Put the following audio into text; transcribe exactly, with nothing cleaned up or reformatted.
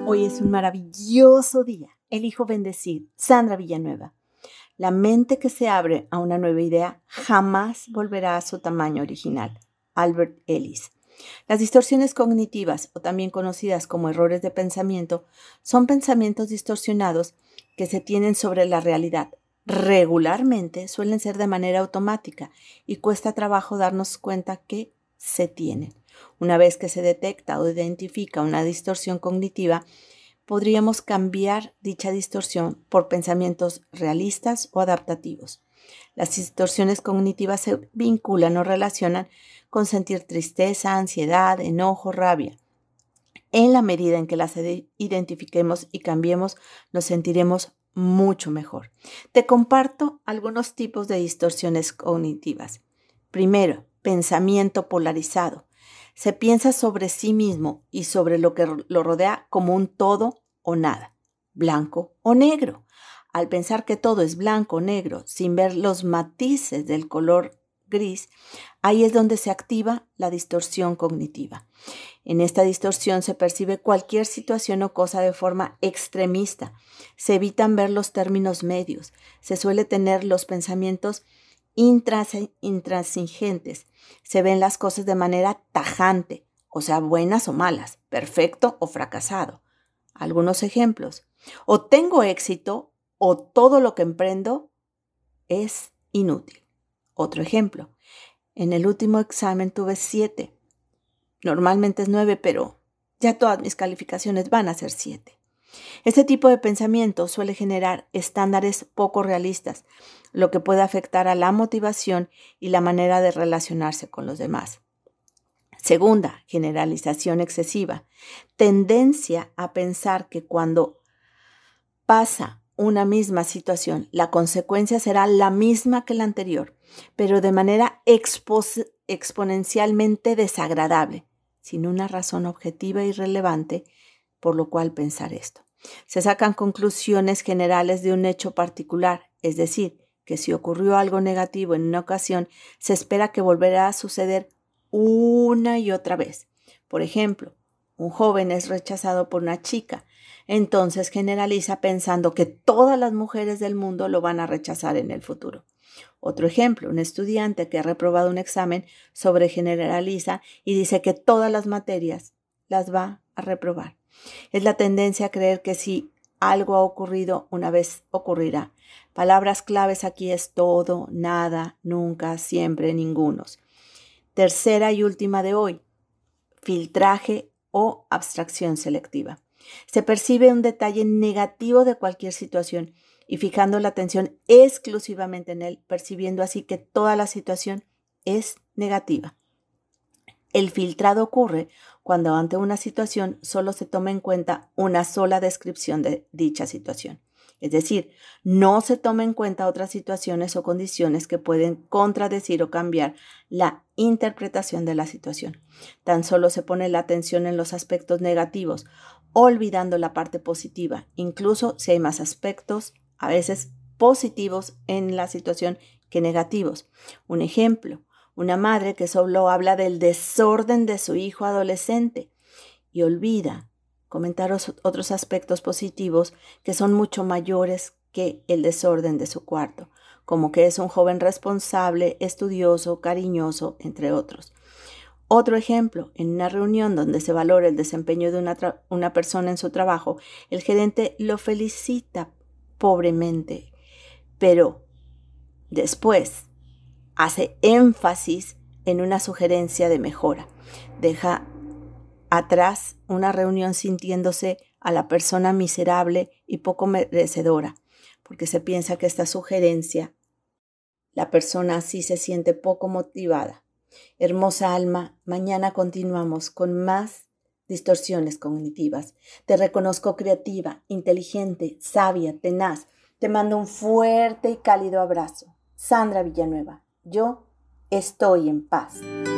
Hoy es un maravilloso día. Elijo bendecir. Sandra Villanueva. La mente que se abre a una nueva idea jamás volverá a su tamaño original. Albert Ellis. Las distorsiones cognitivas, o también conocidas como errores de pensamiento, son pensamientos distorsionados que se tienen sobre la realidad. Regularmente suelen ser de manera automática y cuesta trabajo darnos cuenta que se tienen. Una vez que se detecta o identifica una distorsión cognitiva, podríamos cambiar dicha distorsión por pensamientos realistas o adaptativos. Las distorsiones cognitivas se vinculan o relacionan con sentir tristeza, ansiedad, enojo, rabia. En la medida en que las identifiquemos y cambiemos, nos sentiremos mucho mejor. Te comparto algunos tipos de distorsiones cognitivas. Primero, pensamiento polarizado. Se piensa sobre sí mismo y sobre lo que lo rodea como un todo o nada, blanco o negro. Al pensar que todo es blanco o negro, sin ver los matices del color gris, ahí es donde se activa la distorsión cognitiva. En esta distorsión se percibe cualquier situación o cosa de forma extremista. Se evitan ver los términos medios. Se suele tener los pensamientos intransigentes. Se ven las cosas de manera tajante, o sea, buenas o malas, perfecto o fracasado. Algunos ejemplos. O tengo éxito o todo lo que emprendo es inútil. Otro ejemplo. En el último examen tuve siete. Normalmente es nueve, pero ya todas mis calificaciones van a ser siete. Este tipo de pensamiento suele generar estándares poco realistas, lo que puede afectar a la motivación y la manera de relacionarse con los demás. Segunda, generalización excesiva. Tendencia a pensar que cuando pasa una misma situación, la consecuencia será la misma que la anterior, pero de manera expo- exponencialmente desagradable, sin una razón objetiva y relevante por lo cual pensar esto. Se sacan conclusiones generales de un hecho particular, es decir, que si ocurrió algo negativo en una ocasión, se espera que volverá a suceder una y otra vez. Por ejemplo, un joven es rechazado por una chica, entonces generaliza pensando que todas las mujeres del mundo lo van a rechazar en el futuro. Otro ejemplo, un estudiante que ha reprobado un examen sobregeneraliza y dice que todas las materias las va a reprobar. Es la tendencia a creer que si algo ha ocurrido, una vez ocurrirá. Palabras claves aquí es todo, nada, nunca, siempre, ningunos. Tercera y última de hoy, filtraje o abstracción selectiva. Se percibe un detalle negativo de cualquier situación y fijando la atención exclusivamente en él, percibiendo así que toda la situación es negativa. El filtrado ocurre cuando ante una situación solo se toma en cuenta una sola descripción de dicha situación. Es decir, no se toma en cuenta otras situaciones o condiciones que pueden contradecir o cambiar la interpretación de la situación. Tan solo se pone la atención en los aspectos negativos, olvidando la parte positiva, incluso si hay más aspectos, a veces positivos en la situación que negativos. Un ejemplo. Una madre que solo habla del desorden de su hijo adolescente y olvida comentar otros aspectos positivos que son mucho mayores que el desorden de su cuarto, como que es un joven responsable, estudioso, cariñoso, entre otros. Otro ejemplo, en una reunión donde se valora el desempeño de una, tra- una persona en su trabajo, el gerente lo felicita pobremente, pero después hace énfasis en una sugerencia de mejora. Deja atrás una reunión sintiéndose a la persona miserable y poco merecedora, porque se piensa que esta sugerencia, la persona así se siente poco motivada. Hermosa alma, mañana continuamos con más distorsiones cognitivas. Te reconozco creativa, inteligente, sabia, tenaz. Te mando un fuerte y cálido abrazo. Sandra Villanueva. Yo estoy en paz.